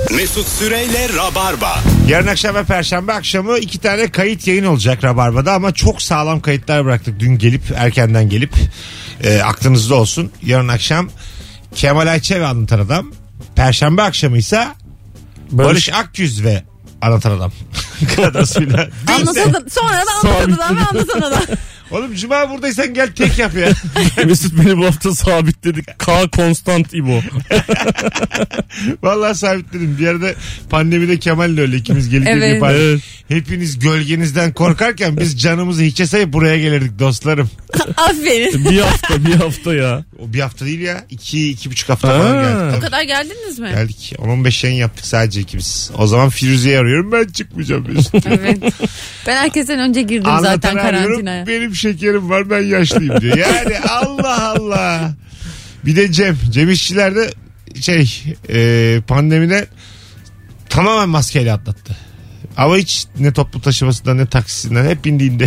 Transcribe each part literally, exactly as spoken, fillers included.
Mesut Süreyle Rabarba. Yarın akşam ve Perşembe akşamı iki tane kayıt yayın olacak Rabarba'da ama çok sağlam kayıtlar bıraktık. Dün gelip erkenden gelip e, aklınızda olsun. Yarın akşam Kemal Ayça ve Anlatan Adam. Perşembe akşamı ise Barış, Barış Akyüz ve Anlatan Adam kadrosuyla. Anlatan sonra da Anlatan Adam ve Anlatan Adam. Oğlum cuma buradaysan gel tek yap ya. Mesut beni bu hafta sabitledik. K Konstant İbo. Vallahi sabitledim. Bir yerde pandemide Kemal'le öyle ikimiz gelip evet. evet. Hepiniz gölgenizden korkarken biz canımızı hiçe sayıp buraya gelirdik dostlarım. Aferin. Bir hafta bir hafta ya. O bir hafta değil ya. İki, iki buçuk hafta falan geldik. O kadar geldiniz mi? Geldik. on on beş yayın yaptık sadece ikimiz. O zaman Firuze'yi arıyorum, ben çıkmayacağım. Evet. Ben herkesten önce girdim Anlatan zaten karantinaya. Arıyorum, benim şekerim var, ben yaşlıyım diyor. Yani Allah Allah. Bir de Cem. Cem İşçiler de şey e, pandemide tamamen maskeyle atlattı. Ama hiç ne toplu taşımasından ne taksisinden, hep bindiğinde.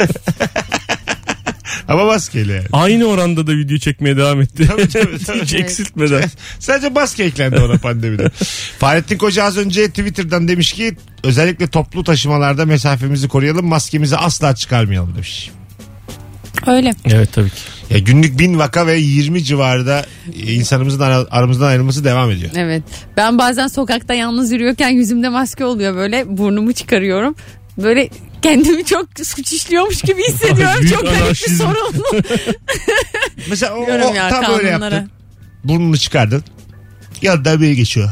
Ama maskeyle yani. Aynı oranda da video çekmeye devam etti. Tabii, tabii, tabii. Hiç eksiltmeden. Sadece maske eklendi ona pandemide. Fahrettin Koca az önce Twitter'dan demiş ki özellikle toplu taşımalarda mesafemizi koruyalım, maskemizi asla çıkarmayalım demiş. Öyle. Evet tabii ki. Ya günlük bin vaka ve yirmi civarında insanımızın ar- aramızdan ayrılması devam ediyor. Evet. Ben bazen sokakta yalnız yürüyorken yüzümde maske oluyor, böyle burnumu çıkarıyorum. Böyle kendimi çok suç işliyormuş gibi hissediyorum. Çok garip bir sorun. Mesela o, Diyorum o ya, tam böyle kanunlara. yaptın. Burnunu çıkardın. Yanından biri geçiyor.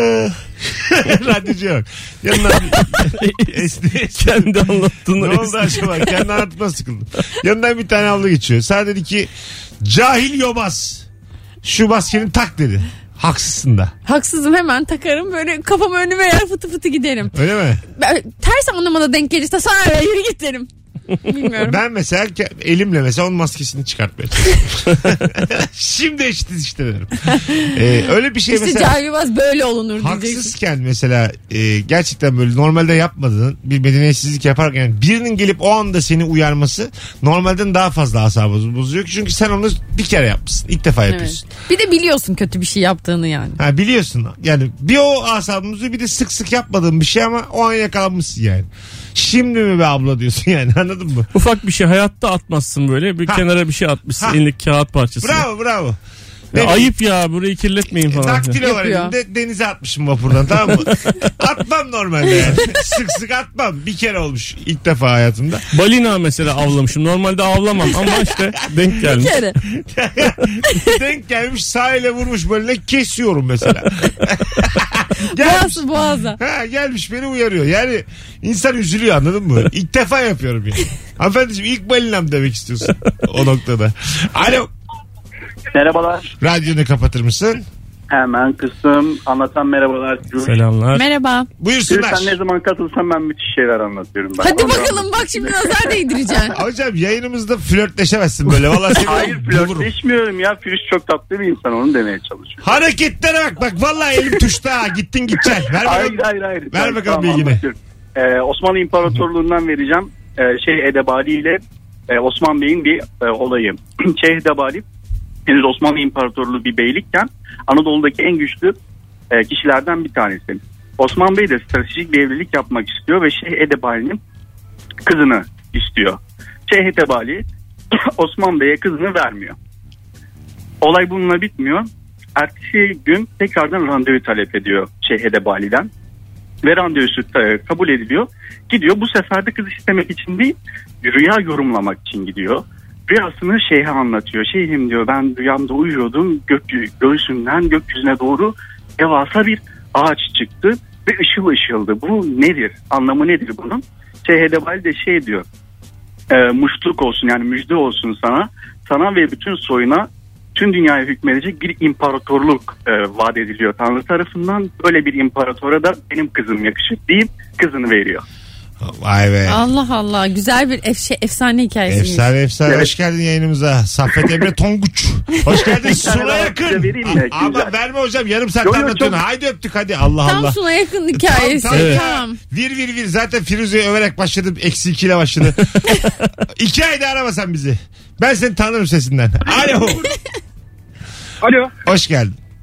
Radyocuya bak. Yanından esni. Kendi anlattığını. Ne oldu acaba? Kendi anlatma sıkıldım. Yanından bir tane abla geçiyor. Sana dedi ki cahil yobaz, şu maskeni tak dedi. Haksızsın da. Haksızım, hemen takarım, böyle kafamı önüme yer, fıtı fıtı giderim. Öyle mi? Ben, ters anlamada denk gelirse sana yürü git derim. Bilmiyorum. Ben mesela elimle mesela onun maskesini çıkartmaya çalışıyorum. Şimdi eşitiz işte derim. Ee, öyle bir şey işte mesela. cahilbaz böyle olunur diyeceksin. Haksızken mesela e, gerçekten böyle normalde yapmadığın bir medeniyetsizlik yaparken yani birinin gelip o anda seni uyarması normalden daha fazla asabı bozuyor. Çünkü sen onu bir kere yapmışsın. İlk defa yapıyorsun. Evet. Bir de biliyorsun kötü bir şey yaptığını yani. Ha, biliyorsun. Yani bir o asabımızı, bir de sık sık yapmadığın bir şey ama o an yakalanmışsın yani. Şimdi mi be abla diyorsun yani, anladın mı? Ufak bir şey hayatta atmazsın böyle. Bir ha. kenara bir şey atmışsın. Ha. Elindeki kağıt parçası. Bravo bravo. Ya ayıp ya, burayı kirletmeyin falan. Daktilo var elimde, denize atmışım vapurdan, tamam mı? Atmam normalde yani. Sık sık atmam. Bir kere olmuş ilk defa hayatımda. Balina mesela avlamışım. Normalde avlamam ama işte denk gelmiş. Bir kere. Denk gelmiş, sahile vurmuş, böyle kesiyorum mesela. Boğazı boğaza. Ha, gelmiş beni uyarıyor. Yani insan üzülüyor, anladın mı? İlk defa yapıyorum yani. Hanımefendiciğim, ilk balinam demek istiyorsun o noktada. Alo. Merhabalar. Radyonu kapatır mısın? Hemen kısım. Anlatan merhabalar. Selamlar. Merhaba. Buyursunlar. Sen ne zaman katılsan ben müthiş şeyler anlatıyorum. Ben. Hadi bakalım, bak şimdi nazar değdireceksin. Hocam yayınımızda flörtleşemezsin böyle. Vallahi seni hayır, flörtleşmiyorum ya. Firuş çok tatlı bir insan, onu demeye çalışıyorum. Hareketlere bak bak, vallahi elim tuşta ha. Gittin gideceksin. Ver bakalım. Hayır hayır hayır. Ver ben bakalım tamam, bilgini. Ee, Osmanlı İmparatorluğu'ndan vereceğim. Ee, şey Edebali ile e, Osman Bey'in bir e, olayı. Şeyh Edebali henüz Osmanlı İmparatorluğu bir beylikken Anadolu'daki en güçlü e, kişilerden bir tanesi. Osman Bey de stratejik bir evlilik yapmak istiyor ve Şeyh Edebali'nin kızını istiyor. Şeyh Edebali Osman Bey'e kızını vermiyor. Olay bununla bitmiyor. Ertesi gün tekrardan randevu talep ediyor Şeyh Edebali'den. Ve randevusu kabul ediliyor. Gidiyor, bu sefer de kız istemek için değil, rüya yorumlamak için gidiyor. Rüyasını şeyhe anlatıyor. Şeyhim diyor, ben rüyamda uyuyordum. Gök, göğsümden gökyüzüne doğru devasa bir ağaç çıktı ve ışıl ışıldı. Bu nedir? Anlamı nedir bunun? Şeyh Edebali de şey diyor. E, muşluk olsun, yani müjde olsun sana. Sana ve bütün soyuna, tüm dünyaya hükmedecek bir imparatorluk e, vaat ediliyor Tanrı tarafından. Böyle bir imparatora da benim kızım yakışır deyip kızını veriyor. Vay be. Allah Allah, güzel bir ef- şey, efsane hikayesiymiş. Efsane efsane. Evet. Hoş geldin yayınımıza. Saffet Emre Tonguç. Hoş geldin. Suna yakın. Mi? A- ama verme hocam, yarım saat Yo, yo, anlatıyorsun. çok... Haydi öptük hadi, Allah Tam Allah. Suna yakın hikayesi. Tam, tam, evet. Tamam. Vir vir vir, zaten Firuze'yi överek başladım. Eksi ikiyle başladı. İki ayda aramasan bizi. Ben seni tanırım sesinden. Alo. Alo. Hoş geldin.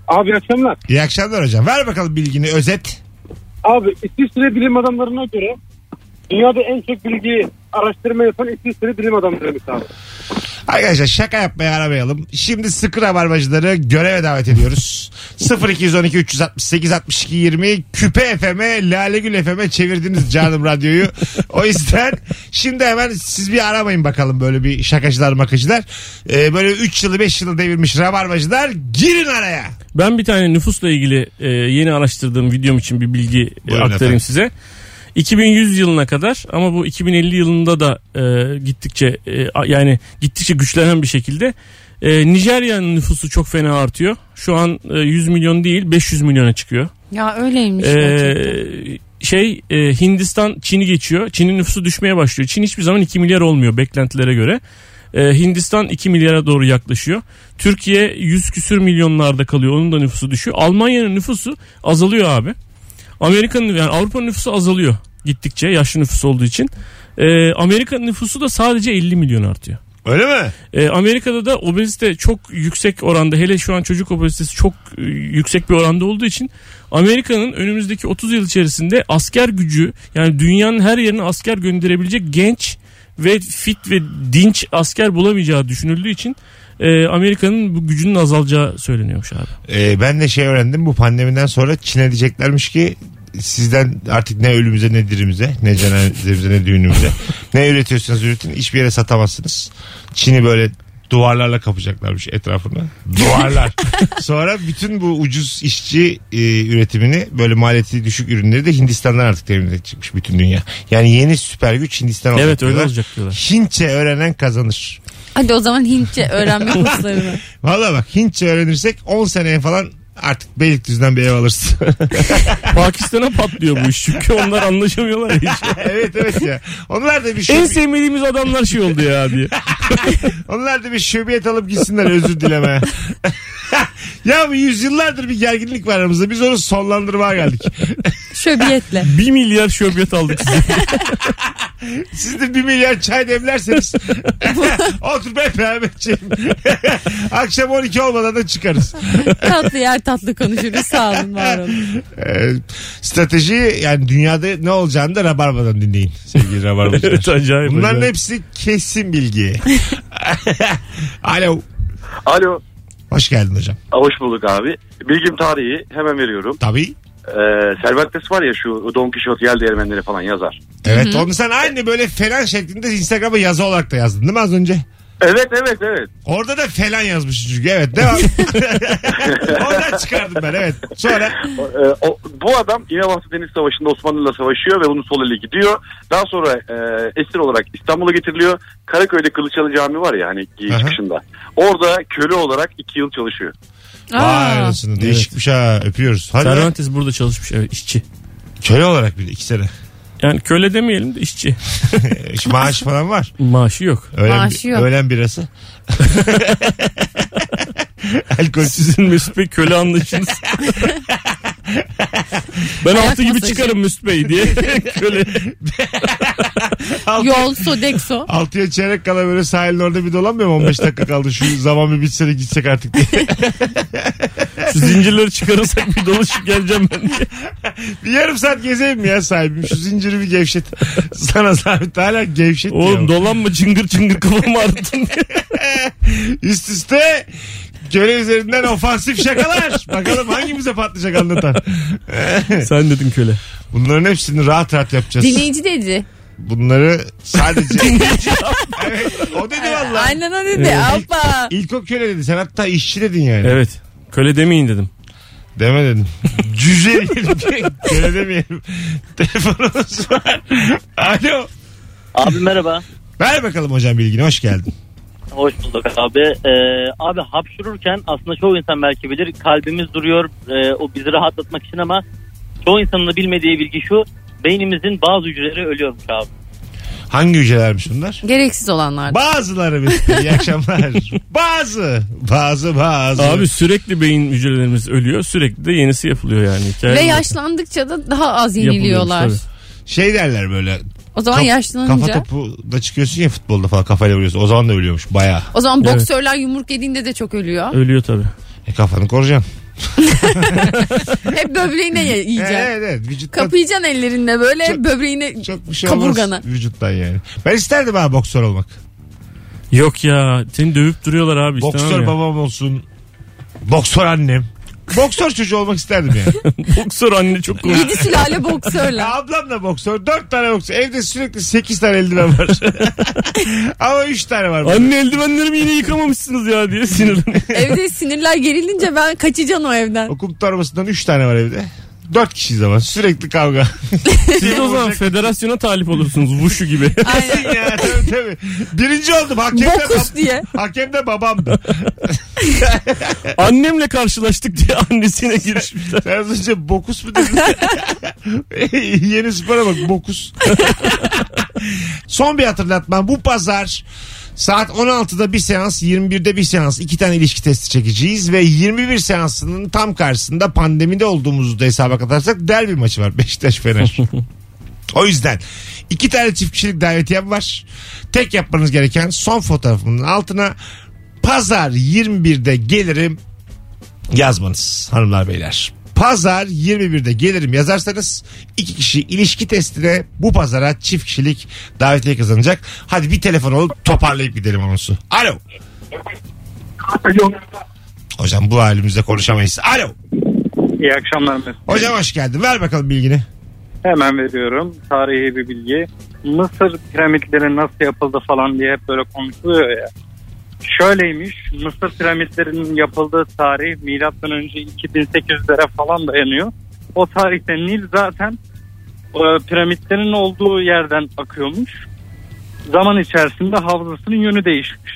Abi iyi akşamlar. İyi akşamlar hocam. Ver bakalım bilgini, özet. Abi İsviçre bilim adamlarına göre dünyada en çok bilgi araştırma yapan İsviçre bilim adamlarıymış abi. Arkadaşlar şaka yapmaya aramayalım. Şimdi sıkı rabarbacıları göreve davet ediyoruz. sıfır iki on iki üç altı sekiz altmış iki yirmi Küpe F M'e, Lalegül F M'e çevirdiniz canım radyoyu. O yüzden şimdi hemen siz bir aramayın bakalım böyle bir şakacılar makacılar. Ee, böyle üç yılı beş yılı devirmiş rabarbacılar, girin araya. Ben bir tane nüfusla ilgili e, yeni araştırdığım videom için bir bilgi e, Buyurun aktarayım efendim. size. iki bin yüz yılına kadar ama bu iki bin elli yılında da e, gittikçe e, yani gittikçe güçlenen bir şekilde e, Nijerya'nın nüfusu çok fena artıyor. Şu an e, yüz milyon değil beş yüz milyona çıkıyor. Ya öyleymiş. E, gerçekten. şey e, Hindistan Çin'i geçiyor. Çin'in nüfusu düşmeye başlıyor. Çin hiçbir zaman iki milyar olmuyor beklentilere göre. E, Hindistan iki milyara doğru yaklaşıyor. Türkiye yüz küsür milyonlarda kalıyor. Onun da nüfusu düşüyor. Almanya'nın nüfusu azalıyor abi. Amerika'nın yani Avrupa'nın nüfusu azalıyor gittikçe yaşlı nüfus olduğu için. Ee, Amerika'nın nüfusu da sadece elli milyon artıyor. Öyle mi? Ee, Amerika'da da obezite çok yüksek oranda, hele şu an çocuk obezitesi çok e, yüksek bir oranda olduğu için Amerika'nın önümüzdeki otuz yıl içerisinde asker gücü, yani dünyanın her yerine asker gönderebilecek genç ve fit ve dinç asker bulamayacağı düşünüldüğü için e, Amerika'nın bu gücünün azalacağı söyleniyormuş abi. Ee, ben de şey öğrendim, bu pandemiden sonra Çin'e diyeceklermiş ki sizden artık ne ölümüze ne dirimize, ne cenazemize ne düğünümüze ne üretiyorsanız üretin, hiçbir yere satamazsınız. Çin'i böyle duvarlarla kapacaklarmış etrafına. Duvarlar. Sonra bütün bu ucuz işçi e, üretimini, böyle maliyeti düşük ürünleri de Hindistan'dan artık temin edecekmiş bütün dünya. Yani yeni süper güç Hindistan olacak. Evet, öyle diyorlar. olacak diyorlar. Hintçe öğrenen kazanır. Hadi o zaman Hintçe öğrenme kurslarını. Valla bak, Hintçe öğrenirsek on seneye falan artık Beylikdüzü'nden bir ev alırsın. Pakistan'a patlıyor bu iş çünkü onlar anlaşamıyorlar ya hiç. Evet evet ya. Onlar da bir şey. En sevmediğimiz adamlar şey oldu ya diye. Onlar da bir şöbiyet alıp gitsinler özür dilemeye. Ya bu yüzyıllardır bir gerginlik var aramızda. Biz onu sonlandırmaya geldik. Şöbiyetle. Bir milyar şöbiyet aldık size. Siz de bir milyar çay demlerseniz otur be Mehmetciğim. Akşam on iki olmadan da çıkarız. Tatlı yer tatlı konuşuruz. Sağ olun, var olun. Ee, strateji, yani dünyada ne olacağını da Rabarba'dan dinleyin sevgili Rabarbacılar. Evet, acayip. Bunların acayip. hepsi kesin bilgi. Alo. Alo. Hoş geldin hocam. Hoş bulduk abi. Bilgim tarihi hemen veriyorum. Tabii. Ee, Cervantes var ya, şu Don Quixote yel değirmenleri falan yazar. Evet, onu sen aynı böyle falan şeklinde Instagram'a yazı olarak da yazdın değil mi az önce? Evet evet evet. Orada da falan yazmışsın çünkü. Evet, devam. Oradan çıkardım ben, evet. Sonra? Ee, o, bu adam İnebahçe Deniz Savaşı'nda Osmanlı'yla savaşıyor ve bunun sol eli gidiyor. Daha sonra e, esir olarak İstanbul'a getiriliyor. Karaköy'de Kılıçhalı Camii var ya hani çıkışında. Orada köle olarak iki yıl çalışıyor. Vay anasını, değişikmiş ha, öpüyoruz. Hadi Cervantes burada çalışmış, evet, işçi. köle olarak bir de iki sene. Yani köle demeyelim de işçi. Maaş falan var. Maaşı yok. Öğlen, Maaşı yok. Öğlen birası. Alkol. Sizin Mesut Bey köle anlayışınız. Ben Ayak altı gibi masajı. çıkarım Mesut Bey diye. Köle. Yol, Sodexo. Altıya çeyrek kala böyle sahilin orada bir dolanmıyor mu? on beş dakika kaldı, şu zaman bir bitse de gitsek artık diye. Şu zincirleri çıkarırsak bir dolaşıp geleceğim ben diye. Bir yarım saat gezeyim mi ya sahibim? Şu zinciri bir gevşet. Sana zahmet, hala gevşet diyor. Oğlum dolanma, çıngır çıngır kafamı ağrıttın diye. Üst üste köle üzerinden ofansif şakalar. Bakalım hangimize patlayacak anlatan. Sen dedin köle. Bunların hepsini rahat rahat yapacağız. Dinleyici dedi. Bunları sadece... Evet, o dedi valla. Aynen o dedi. Alpa. İlk o köle dedi. Sen hatta işçi dedin yani. Evet. Köle demeyin dedim. Deme dedim. Cüce diyelim. Köle demeyelim. Telefonumuz var. Alo. Abi merhaba. Ver bakalım hocam bilgini. Hoş geldin. Hoş bulduk abi. Ee, abi hapşururken aslında çoğu insan belki bilir, kalbimiz duruyor e, o bizi rahatlatmak için, ama çoğu insanın da bilmediği bilgi şu: beynimizin bazı hücreleri ölüyormuş abi. Hangi hücrelermiş bunlar? Gereksiz olanlar. Bazıları Mesut Bey. İyi akşamlar. Bazı. Bazı bazı. Abi sürekli beyin hücrelerimiz ölüyor. Sürekli de yenisi yapılıyor yani. Hikaye Ve bu. yaşlandıkça da daha az Yapılıyormuş, yeniliyorlar. tabii. Şey derler böyle. O zaman Kaf- yaşlanınca. Kafa topu da çıkıyorsun ya futbolda falan, kafayla vuruyorsun. O zaman da ölüyormuş bayağı. O zaman Evet. boksörler yumruk yediğinde de çok ölüyor. Ölüyor tabii. E kafanı koruyacaksın. Hep böbreğine ye- yiyeceksin. Evet evet. Vücuttan Kapayacaksın ellerinle böyle Çok- böbreğine çok bir şey kaburgana. olmaz vücuttan yani. Ben isterdim ha boksör olmak. Yok ya seni dövüp duruyorlar abi. Boksör istemem ya. babam olsun. Boksör annem. Boksör çocuğu olmak isterdim yani. Boksör anne çok komik. Yedi sülale boksörler. Ablam da boksör. Dört tane boksör. Evde sürekli sekiz tane eldiven var. Ama üç tane var. Anne eldivenlerimi yine yıkamamışsınız ya diye sinirleniyor. Evde sinirler gerilince ben kaçacaksın o evden. Okum torbasından üç tane var evde. Dört kişiyiz ama sürekli kavga. Siz o zaman federasyona talip olursunuz. Wushu gibi. Aynen. ya, tabii, tabii. Birinci oldum. Hakem de, Bokus diye. hakem de babamdı. Annemle karşılaştık diye annesine girişmişler. Sen az önce bokus mu dedin? Yeni spora bak bokus. Son bir hatırlatma. Bu pazar saat on altıda bir seans, yirmi birde bir seans, iki tane ilişki testi çekeceğiz ve yirmi bir seansının tam karşısında pandemide olduğumuzu da hesaba katarsak derbi maçı var. Beşiktaş Fener. O yüzden iki tane çift kişilik davetiyem var. Tek yapmanız gereken son fotoğrafımın altına pazar yirmi birde gelirim yazmanız hanımlar beyler. Pazar yirmi birde gelirim yazarsanız iki kişi ilişki testine bu pazara çift kişilik davetiye kazanacak. Hadi bir telefon alıp toparlayıp gidelim anonsu. Alo. Alo. Hocam bu halimizde konuşamayız. Alo. İyi akşamlar Mesut. Hocam hoş geldin. Ver bakalım bilgini. Hemen veriyorum. Tarihi bir bilgi. Mısır piramitleri nasıl yapıldı falan diye hep böyle konuşuluyor ya. Şöyleymiş. Mısır piramitlerinin yapıldığı tarih milattan önce iki bin sekiz yüzlere falan dayanıyor. O tarihte Nil zaten e, piramitlerin olduğu yerden akıyormuş. Zaman içerisinde havzasının yönü değişmiş.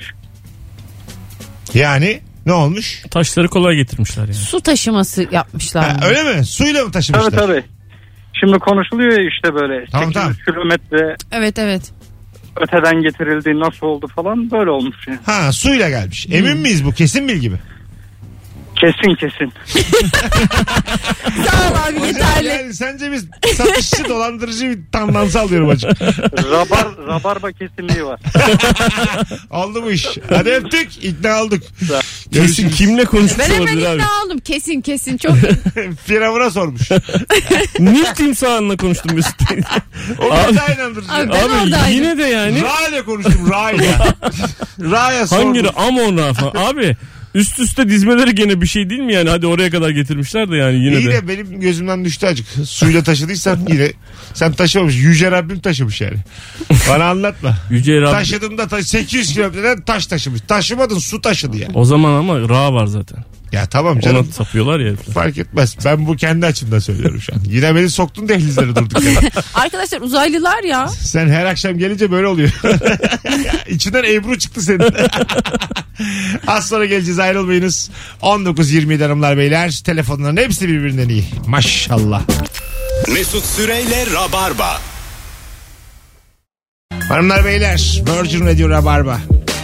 Yani ne olmuş? Taşları kolay getirmişler yani. Su taşıması yapmışlar. Ha, öyle mi? Suyla mı taşımışlar? Tabii tabii. Şimdi konuşuluyor ya işte böyle Tamam, sekiz yüz tamam. kilometre Evet evet. öteden getirildi, nasıl oldu falan böyle olmuş yani. Ha suyla gelmiş. Emin miyiz bu? Kesin bilgi mi? Kesin kesin. Sağ ol abi yeterli. Yani sence biz satışçı dolandırıcı bir tandansı alıyorum açık. Rabar, rabarba kesinliği var. Oldu bu iş. Hadi öptük. İkna olduk. Kesin Görüşürüz. kimle konuşmuş Ben hemen olabilir abi. ikna oldum. Kesin kesin çok. Firavun'a sormuş. Nil timsahınla konuştum Mesut Bey. O Abi- kadar inandırıcı. Abi ben Abi oradaydım. yine de yani. Ra ile konuştum. Ra ile. Ra'ya sordum. Hangi Amon Ra falan. Abi üst üste dizmeleri gene bir şey değil mi yani? Hadi oraya kadar getirmişler de yani yine İyi de. de benim gözümden düştü acık. Suyla taşıdıysan yine sen taşımamış. Yüce Rabbim taşımış yani. Bana anlatma. Yüce Rabbim. Taşıdım da taş, sekiz yüz kilometreden taş taşımış. Taşımadın su taşıdı ya. O zaman ama Ra var zaten. Ya tamam Ona canım. sapıyorlar ya. Fark etmez. Ben bu kendi açımdan söylüyorum şu an. Yine beni soktun dehlizlere durduk ya. Arkadaşlar uzaylılar ya. Sen her akşam gelince böyle oluyor. İçinden Ebru çıktı senin. Az sonra geleceğiz, ayrılmayınız. on dokuz yirmi hanımlar beyler. Telefonların hepsi birbirinden iyi. Maşallah. Mesut Süreyle Rabarba. Hanımlar beyler, Virgin Radio Rabarba.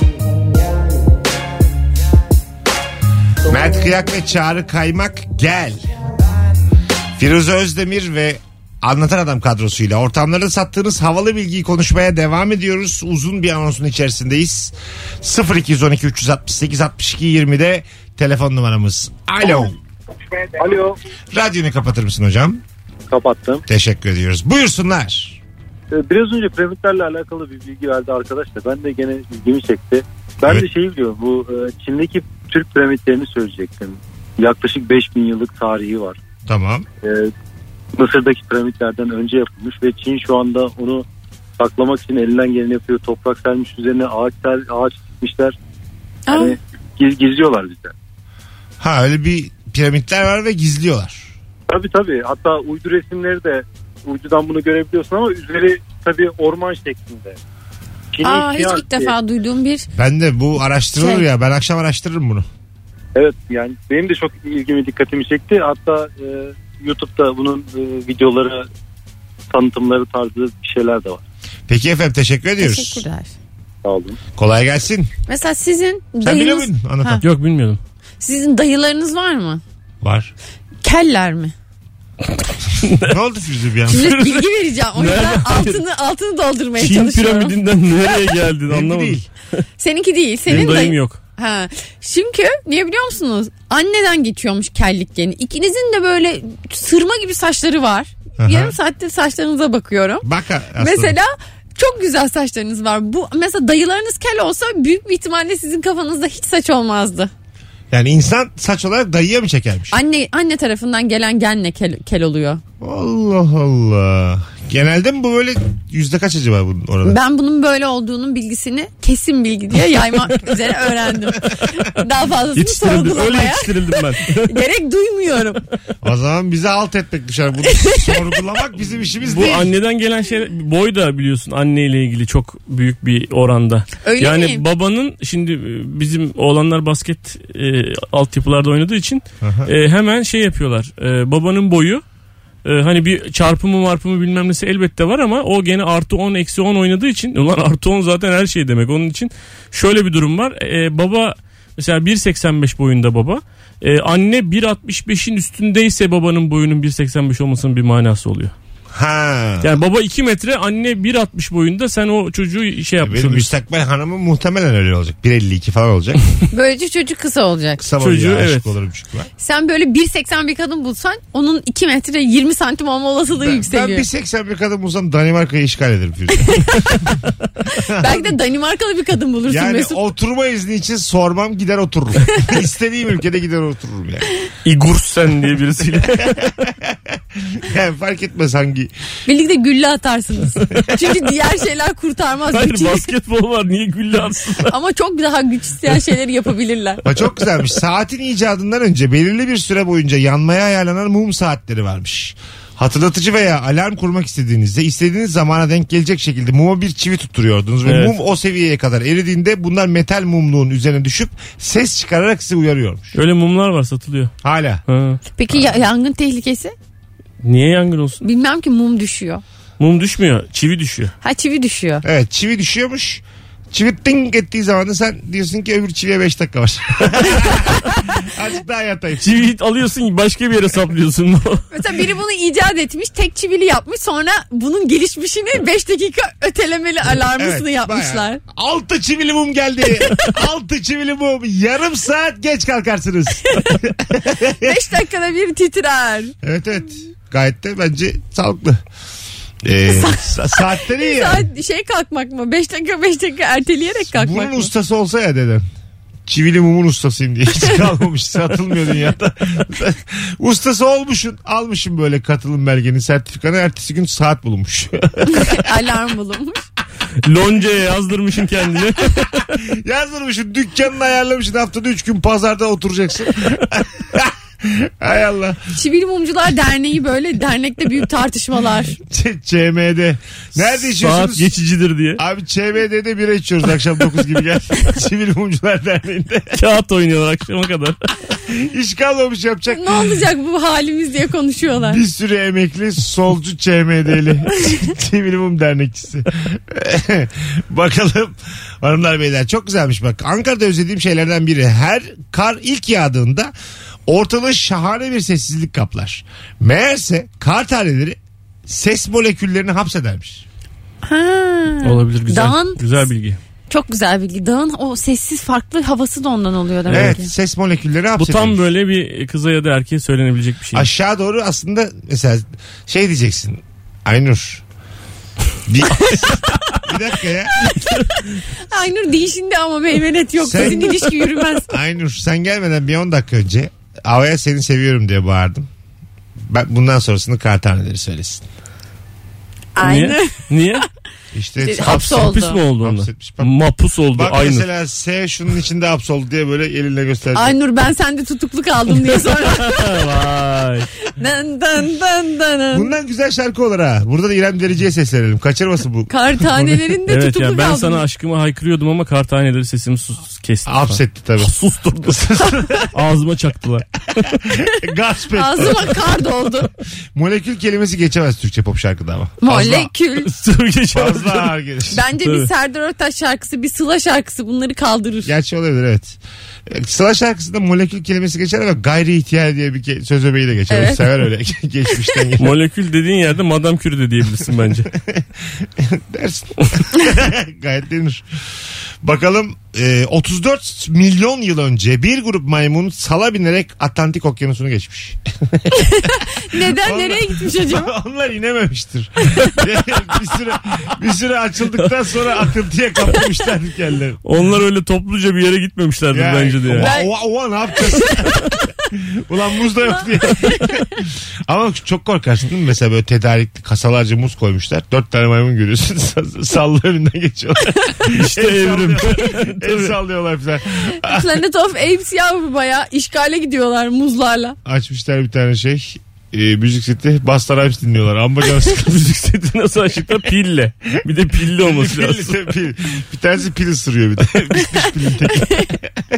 Mert Kıyak ve Çağrı Kaymak gel. Firuze Özdemir ve Anlatan Adam kadrosuyla ortamlarda sattığınız havalı bilgiyi konuşmaya devam ediyoruz. Uzun bir anonsun içerisindeyiz. sıfır iki on iki üç altı sekiz altmış iki yirmide telefon numaramız. Alo. Alo. Radyonu kapatır mısın hocam? Kapattım. Teşekkür ediyoruz. Buyursunlar. Biraz önce piramitlerle alakalı bir bilgi verdi arkadaş da ben de gene ilgimi çekti. Ben Evet. de şeyi biliyorum, bu e, Çin'deki Türk piramitlerini söyleyecektim. Yaklaşık beş bin yıllık tarihi var. Tamam. E, Mısır'daki piramitlerden önce yapılmış ve Çin şu anda onu saklamak için elinden geleni yapıyor. Toprak sermiş, üzerine ağaç ser, ağaç dikmişler. Yani giz, gizliyorlar bizden. Ha öyle bir piramitler var ve gizliyorlar. Tabii tabii. Hatta uydu resimleri de uydudan bunu görebiliyorsun ama üzeri tabii orman şeklinde. Çin'in Aa hiç siyah ilk diye. defa duyduğum bir. Ben de bu araştırılır Şey. ya. Ben akşam araştırırım bunu. Evet yani benim de çok ilgimi dikkatimi çekti. Hatta e, YouTube'da bunun e, videoları, tanıtımları tarzı bir şeyler de var. Peki efendim, teşekkür ediyoruz. Teşekkürler. Sağ olun. Kolay gelsin. Mesela sizin Sen biliyor dayınız, muydun? Anlatan. Ha. Yok bilmiyordum. sizin dayılarınız var mı? Var. Keller mi? Ne oldu Firuze bir an? Şimdi bilgi vereceğim. O yüzden altını altını doldurmaya Çin çalışıyorum. piramidinden nereye geldin Benimki anlamadım. değil. Seninki değil. Senin Benim dayım dayın. yok. Ha. Çünkü niye biliyor musunuz? Anneden geçiyormuş kellik geni. İkinizin de böyle sırma gibi saçları var. Aha. Yarım saattir saçlarınıza bakıyorum. Bak aslında. Mesela çok güzel saçlarınız var. Bu mesela dayılarınız kel olsa büyük bir ihtimalle sizin kafanızda hiç saç olmazdı. Yani insan saç olarak dayıya mı çekermiş? Anne anne tarafından gelen genle kel, kel oluyor. Allah Allah. Genelde mi bu böyle yüzde kaç acaba bunun orada? Ben bunun böyle olduğunun bilgisini kesin bilgi diye yaymak üzere öğrendim. Daha fazlasını Yetiştirildim. Öyle sorgulamaya yetiştirildim ben. gerek duymuyorum. O zaman bize alt etmek düşer. Bunu sorgulamak bizim işimiz Bu değil. anneden gelen şey, boy da biliyorsun anneyle ilgili çok büyük bir oranda. Öyle yani mi? babanın şimdi bizim oğlanlar basket e, altyapılarda oynadığı için e, hemen şey yapıyorlar. E, babanın boyu e, hani bir çarpımı marpımı bilmem nesi elbette var ama o gene artı on eksi on oynadığı için ulan artı on zaten her şey demek. Onun için şöyle bir durum var. E, baba mesela bir seksen beş boyunda baba. E, anne bir altmış beşin üstündeyse babanın boyunun bir seksen beş olmasının bir manası oluyor. Ha. Yani baba iki metre, anne bir altmış boyunda, sen o çocuğu şey yapmış Benim oluyorsun. müstakbel hanımım muhtemelen öyle olacak. bir elli iki falan olacak. Böylece çocuk kısa olacak. Kısa Çocuğu, boyluya aşık evet. olurum çünkü ben. Sen böyle bir seksen bir kadın bulsan onun iki metre yirmi santim olma olasılığı Ben, yükseliyor. ben bir seksen bir kadın bulsam Danimarka'yı işgal ederim. Belki de Danimarkalı bir kadın bulursun Yani Mesut. oturma izni için sormam, gider otururum. İstediğim ülkede gider otururum yani. Igursen diye birisiyle. Yani fark etmez hangi. Birlikte gülle atarsınız. Çünkü diğer şeyler kurtarmaz. Hayır, Bütün- basketbol var, niye gülle atsınlar? Ama çok daha güç isteyen şeyleri yapabilirler. Ha, çok güzelmiş. Saatin icadından önce belirli bir süre boyunca yanmaya ayarlanan mum saatleri varmış. Hatırlatıcı veya alarm kurmak istediğinizde istediğiniz zamana denk gelecek şekilde muma bir çivi tutturuyordunuz. Ve Evet. mum o seviyeye kadar eridiğinde bunlar metal mumluğun üzerine düşüp ses çıkararak sizi uyarıyormuş. Öyle mumlar var, satılıyor. Hala. Ha. Peki ya, yangın tehlikesi? Niye yangın olsun? Bilmem ki mum düşüyor. Mum düşmüyor, çivi düşüyor. Ha çivi düşüyor. Evet, çivi düşüyormuş. Çivi ting ettiği zaman da sen diyorsun ki öbür çiviye beş dakika var. Azıcık daha yatayım. Çivi alıyorsun, başka bir yere saplıyorsun. Mesela biri bunu icat etmiş, tek çivili yapmış, sonra bunun gelişmişini beş dakika ötelemeli alarmısını yapmışlar. bayağı. Altı çivili mum geldi. Altı çivili mum. Yarım saat geç kalkarsınız. beş dakikada bir titrer. Evet evet. Gayet de bence sağlıklı. Ee, sa- saatleri iyi ya. Saat şey kalkmak mı? beş dakika beş dakika erteleyerek kalkmak Bunun mı? ustası olsa ya dedem. Çivili mumun ustasıyım diye hiç kalmamış, satılmıyor dünyada. Ustası olmuşsun, almışım böyle katılım belgenin, sertifikanı, ertesi gün saat bulunmuş. Alarm bulunmuş. Lonca'ya yazdırmışsın kendini. Yazdırmışsın, dükkanını ayarlamışsın, haftada üç gün pazarda oturacaksın. Hay Allah. Çivili Mumcular Derneği böyle dernekte büyük tartışmalar. Ç- ÇM'de. Nerede içiyorsunuz? Saat geçicidir diye. Abi ÇM'de bira içiyoruz akşam dokuz gibi gel. Sivil Mumcular Derneği'nde. Kağıt oynuyorlar akşama kadar. İş kalmamış yapacak. Ne olacak bu halimiz diye konuşuyorlar. Bir sürü emekli solcu ÇM'deli. Sivil Mum Dernekçisi. Bakalım hanımlar beyler, çok güzelmiş bak. Ankara'da özlediğim şeylerden biri. Her kar ilk yağdığında ortalığı şahane bir sessizlik kaplar. Meğerse kar taneleri ses moleküllerini hapsedermiş. Ha. Olabilir, güzel. Dağın Güzel bilgi. çok güzel bilgi. Dağın o sessiz farklı havası da ondan oluyor demek Evet, ki. ses molekülleri Bu hapsediyor. tam böyle bir kıza ya da erkeğe söylenebilecek bir şey. Aşağı doğru aslında mesela şey diyeceksin. Aynur. Bir, bir dakika ya. Aynur değişinde ama meymenet yok. Sen- Sizin ilişki yürümez. Aynur, sen gelmeden bir on dakika önce havaya seni seviyorum diye bağırdım. Ben bundan sonrasını kar taneleri söylesin. Aynur. Niye? Niye? İşte İşte haps, hapsoldu. Hapis mi oldu onda? Hapsetmiş. Bak- Mapus oldu. bak Aynı. mesela S şunun içinde hapsoldu diye böyle elinle gösterdi. Aynur ben sende tutuklu kaldım diye sonra. Vay. Dın dın dın dın. Bundan güzel şarkı olur ha. Burada da İrem Derici'ye seslenelim. Kaçırmasın bu. Kar tanelerinde Evet tutuklu ya, ben kaldım. sana aşkımı haykırıyordum ama kar taneleri sesimi sus kesti. Hapsetti tabii. Susturdu. Ağzıma çaktılar. Gasp etti. Ağzıma kar doldu. Molekül kelimesi geçemez Türkçe pop şarkıda ama. Molekül. Fazla ağır gelir. Bence bir Tabii. Serdar Ortaç şarkısı, bir Sıla şarkısı bunları kaldırır. Gerçi olabilir evet. Sıla şarkısında molekül kelimesi geçer ama gayri ihtiyar diye bir ke- söz öbeği de geçer. Evet. O sever öyle geçmişten gelen. Molekül dediğin yerde Madame Curie de diyebilirsin bence. Dersin. Gayet denir. Bakalım e, otuz dört milyon yıl önce bir grup maymun sala binerek Atlantik Okyanusu'nu geçmiş. Neden? Onlar- Nereye gitmiş acaba? Onlar inememiştir. bir süre bir süre açıldıktan sonra akıntıya kapılmışlar kendileri. Onlar öyle topluca bir yere gitmemişlerdir Ya, bence de. Yani. Ova, ova, ova, ne yapacağız? Ulan muz da yok diye. Ama çok korkarsın değil mi? Mesela böyle tedarikli kasalarca muz koymuşlar. Dört tane maymun görüyorsun. Sallıyor önünden geçiyorlar. İşte evrim. El sallıyorlar falan. Planet of Apes yavru bayağı işgale gidiyorlar muzlarla. Açmışlar bir tane şey. E, müzik seti. Basta Rhymes dinliyorlar. Amma canı sıkılmış. Müzik seti nasıl açıkta? Pille. Bir de pilli olması lazım. Pil, pil. Bir tanesi pil ısırıyor bir de. Bitmiş pilin teki.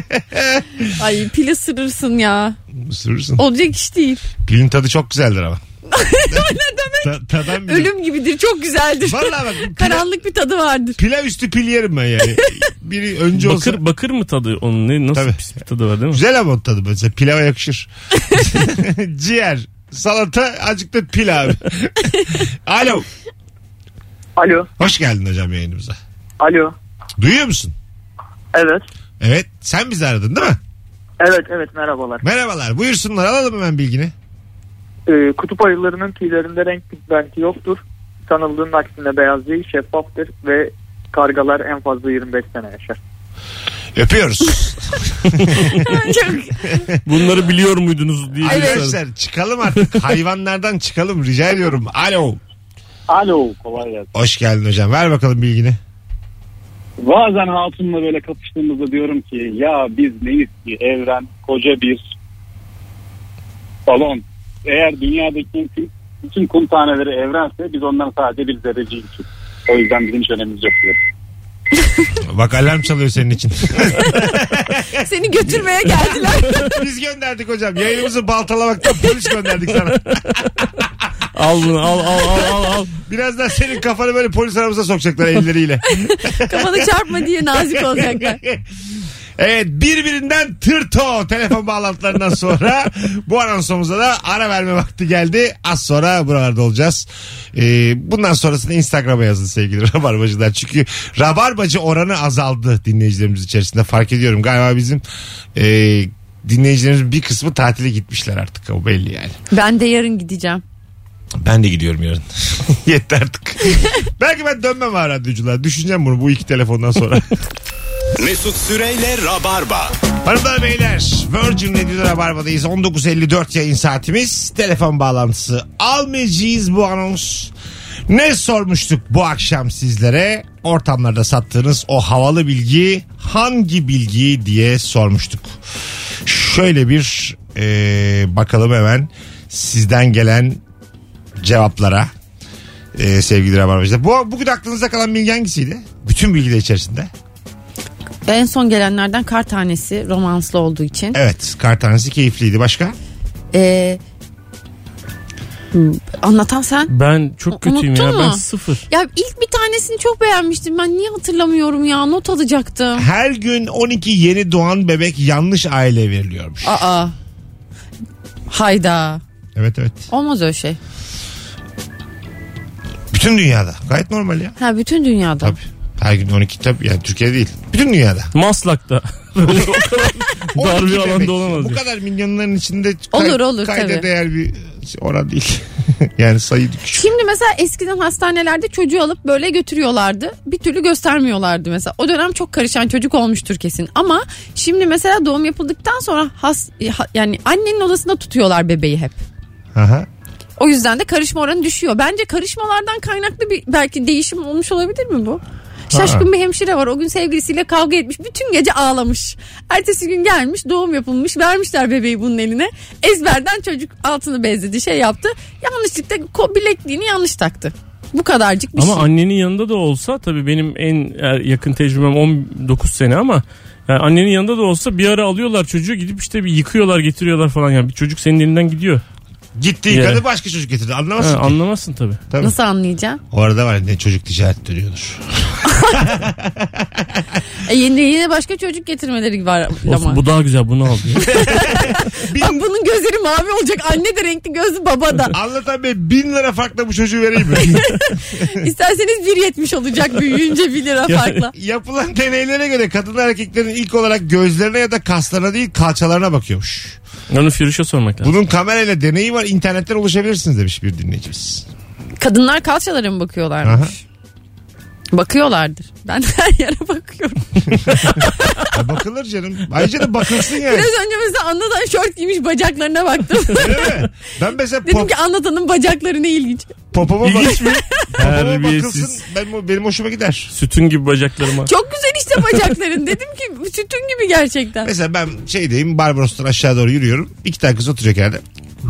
Ay pil ısırırsın ya. Isırırsın. Olacak iş değil. Pilin tadı çok güzeldir ama. ne demek? Ta- tadan bile. Ölüm gibidir, çok güzeldir. Vallahi bak. Pilav, Karanlık bir tadı vardır. pilav üstü pil yerim ben yani. Biri önce Bakır, olsa. bakır mı tadı onun? Ne, nasıl Tabii. pis bir tadı var değil mi? Güzel ama o tadı mesela pilava yakışır. Ciğer, salata, azıcık da pil abi. Alo. Alo. Hoş geldin hocam yayınımıza. Alo. Duyuyor musun? Evet. Evet. Sen bizi aradın değil mi? Evet evet merhabalar. Merhabalar. Buyursunlar, alalım hemen bilgini. Ee, kutup ayılarının tüylerinde renk pigmenti yoktur. Sanıldığının aksine beyaz değil, şeffaftır ve kargalar en fazla yirmi beş sene yaşar. Öpüyoruz. Çok... Bunları biliyor muydunuz diye. Arkadaşlar çıkalım artık. Hayvanlardan çıkalım rica ediyorum. Alo. Alo, kolay gelsin. Hoş geldin hocam. Ver bakalım bilgini. Bazen hatunla böyle kapıştığımızda diyorum ki ya biz neyiz ki, evren koca bir balon. Eğer dünyadaki bütün kum taneleri evrense biz ondan sadece bir zerreciyiz. O yüzden bizim hiç önemimiz yok diyor. Bak alarm çalıyor senin için. Seni götürmeye geldiler. Biz gönderdik hocam. Yayınımızı baltalamaktan polis gönderdik sana. Al bunu al al al al al. Birazdan senin kafanı böyle polis arabasına sokacaklar elleriyle. Kafanı çarpma diye nazik olacaklar. Evet, birbirinden tırto telefon bağlantılarından sonra bu anonsumuza da ara verme vakti geldi. Az sonra buralarda olacağız. Ee, bundan sonrasında Instagram'a yazın sevgili Rabarbacılar. Çünkü Rabarbacı oranı azaldı dinleyicilerimiz içerisinde, fark ediyorum. Galiba bizim e, dinleyicilerimizin bir kısmı tatile gitmişler artık, o belli yani. Ben de yarın gideceğim. Ben de gidiyorum yarın. Yetti artık. Belki ben dönmem ha radyocular. Düşüneceğim bunu bu iki telefondan sonra. Mesut Süreyle Rabarba. Hanımlar beyler, Virgin Radio'da Rabarba'dayız. on dokuz elli dört yayın saatimiz. Telefon bağlantısı almayacağız bu anons. Ne sormuştuk bu akşam sizlere? Ortamlarda sattığınız o havalı bilgi hangi bilgi diye sormuştuk. Şöyle bir e, bakalım hemen sizden gelen cevaplara. E, sevgili Rabarbacılar. Bu, bugün aklınızda kalan bilgi hangisiydi? Bütün bilgiler içerisinde. En son gelenlerden kar tanesi romanslı olduğu için. Evet, kar tanesi keyifliydi. Başka? Ee, anlatan sen. Ben çok kötüyüm Unuttun ya. mu? Ben sıfır. Ya ilk bir tanesini çok beğenmiştim. Ben niye hatırlamıyorum ya? Not alacaktım. Her gün on iki yeni doğan bebek yanlış aileye veriliyormuş. Aa. Hayda. Evet evet. Olmaz öyle şey. Bütün dünyada. Gayet normal ya. Ha, bütün dünyada. Tabii. Her gün on iki tabii, yani Türkiye'de değil. Bütün dünyada. Maslak'ta. Böyle o kadar dar bir on iki alanda bebek. olamaz. Bu ya. kadar milyonların içinde kay- Olur, olur, kayda tabii. değer bir oran değil. Yani sayı küçük. Şimdi mesela eskiden hastanelerde çocuğu alıp böyle götürüyorlardı. Bir türlü göstermiyorlardı mesela. O dönem çok karışan çocuk olmuştur kesin. Ama şimdi mesela doğum yapıldıktan sonra has, yani annenin odasında tutuyorlar bebeği hep. Aha. O yüzden de karışma oranı düşüyor. Bence karışmalardan kaynaklı bir belki değişim olmuş olabilir mi bu? Şaşkın Ha. bir hemşire var. O gün sevgilisiyle kavga etmiş. Bütün gece ağlamış. Ertesi gün gelmiş, doğum yapılmış. Vermişler bebeği bunun eline. Ezberden çocuk altını bezledi, şey yaptı. Yanlışlıkla ko- bilekliğini yanlış taktı. Bu kadarcık bir Ama şey. annenin yanında da olsa, tabii benim en yakın tecrübem on dokuz sene ama yani annenin yanında da olsa bir ara alıyorlar çocuğu, gidip işte bir yıkıyorlar, getiriyorlar falan, yani bir çocuk senin elinden gidiyor. Gittiğin Yeah. kadın başka çocuk getirdi. Anlamazsın Ha, ki. anlamazsın tabii. Tabii. Nasıl anlayacaksın? O arada var ya, ne çocuk ticaret dönüyordur. E yine, yine başka çocuk getirmeleri var ama. Olsun, bu daha güzel, bunu al diyor. Bak bunun gözleri mavi olacak. Anne de renkli gözlü, baba da. Anlatan Bey bin lira farkla bu çocuğu vereyim mi? İsterseniz bir yetmiş olacak büyüyünce bir lira farkla. Yapılan deneylere göre kadınlar erkeklerin ilk olarak gözlerine ya da kaslarına değil kalçalarına bakıyormuş. Onu Firuş'a sormak lazım. Bunun kamerayla deneyi var, internetten ulaşabilirsiniz demiş bir dinleyicimiz. Kadınlar kalçalara mı bakıyorlarmış? Aha. Bakıyorlardır. Ben her yere bakıyorum. Ya bakılır canım. Ayrıca da bakılsın yani. Biraz önce mesela anlatan şort giymiş, bacaklarına baktım. Öyle mi? Ben mesela Dedim pop, ki anlatanın bacakları ne ilginç. popoma bak. İlginç mi? Popoma bakılsın. Terbiyesiz. Ben, benim hoşuma gider. Sütun gibi bacaklarıma. Çok güzel işte bacakların. Dedim ki sütun gibi gerçekten. Mesela ben şeydeyim, Barbaros'tan aşağı doğru yürüyorum. İki tane kız oturacak yerde.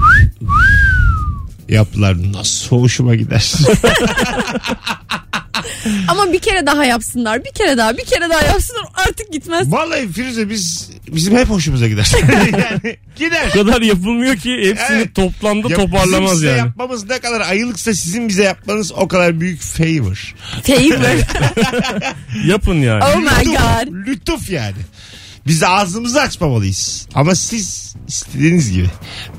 Yaptılar, nasıl hoşuma gider. Ama bir kere daha yapsınlar. Bir kere daha, bir kere daha yapsınlar. Artık gitmez. Vallahi Firuze biz bizim hep hoşumuza gider. Yani gider. O kadar yapılmıyor ki hepsini Evet. toplamda Ya toparlamaz bizim size yani. yapmamız ne kadar ayılıksa sizin bize yapmanız o kadar büyük favor. Favor. Yapın yani. Oh my god. Lütuf yani. Biz ağzımızı açmamalıyız. Ama siz istediğiniz gibi.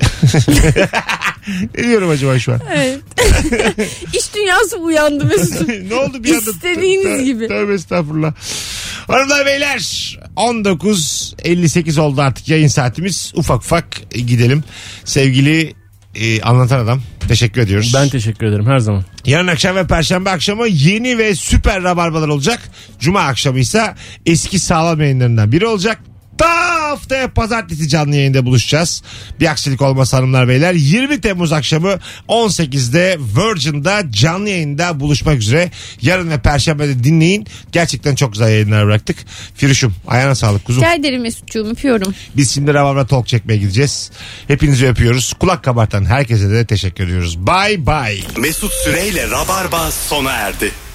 Ne diyorum acaba şu an? Evet. İş dünyası uyandı Mesut'um. Ne oldu bir anda? İstediğiniz Tö- gibi. Tövbe estağfurullah. Hanımlar beyler, on dokuz elli sekiz oldu artık yayın saatimiz. Ufak ufak gidelim. Sevgili e, anlatan adam, teşekkür ediyoruz. Ben teşekkür ederim her zaman. Yarın akşam ve perşembe akşamı yeni ve süper rabarbalar olacak. Cuma akşamı ise eski sağlam yayınlarından biri olacak. Ta haftaya pazartesi canlı yayında buluşacağız. Bir aksilik olmasa hanımlar beyler. yirmi Temmuz akşamı on sekizde Virgin'da canlı yayında buluşmak üzere. Yarın ve perşembede dinleyin. Gerçekten çok güzel yayınlar bıraktık. Firuş'um ayağına sağlık kuzum. Rica ederim Mesut'cuğum, öpüyorum. Biz şimdi Rabarba Talk çekmeye gideceğiz. Hepinizi öpüyoruz. Kulak kabartan herkese de teşekkür ediyoruz. Bye bye. Mesut Süreyle Rabarba sona erdi.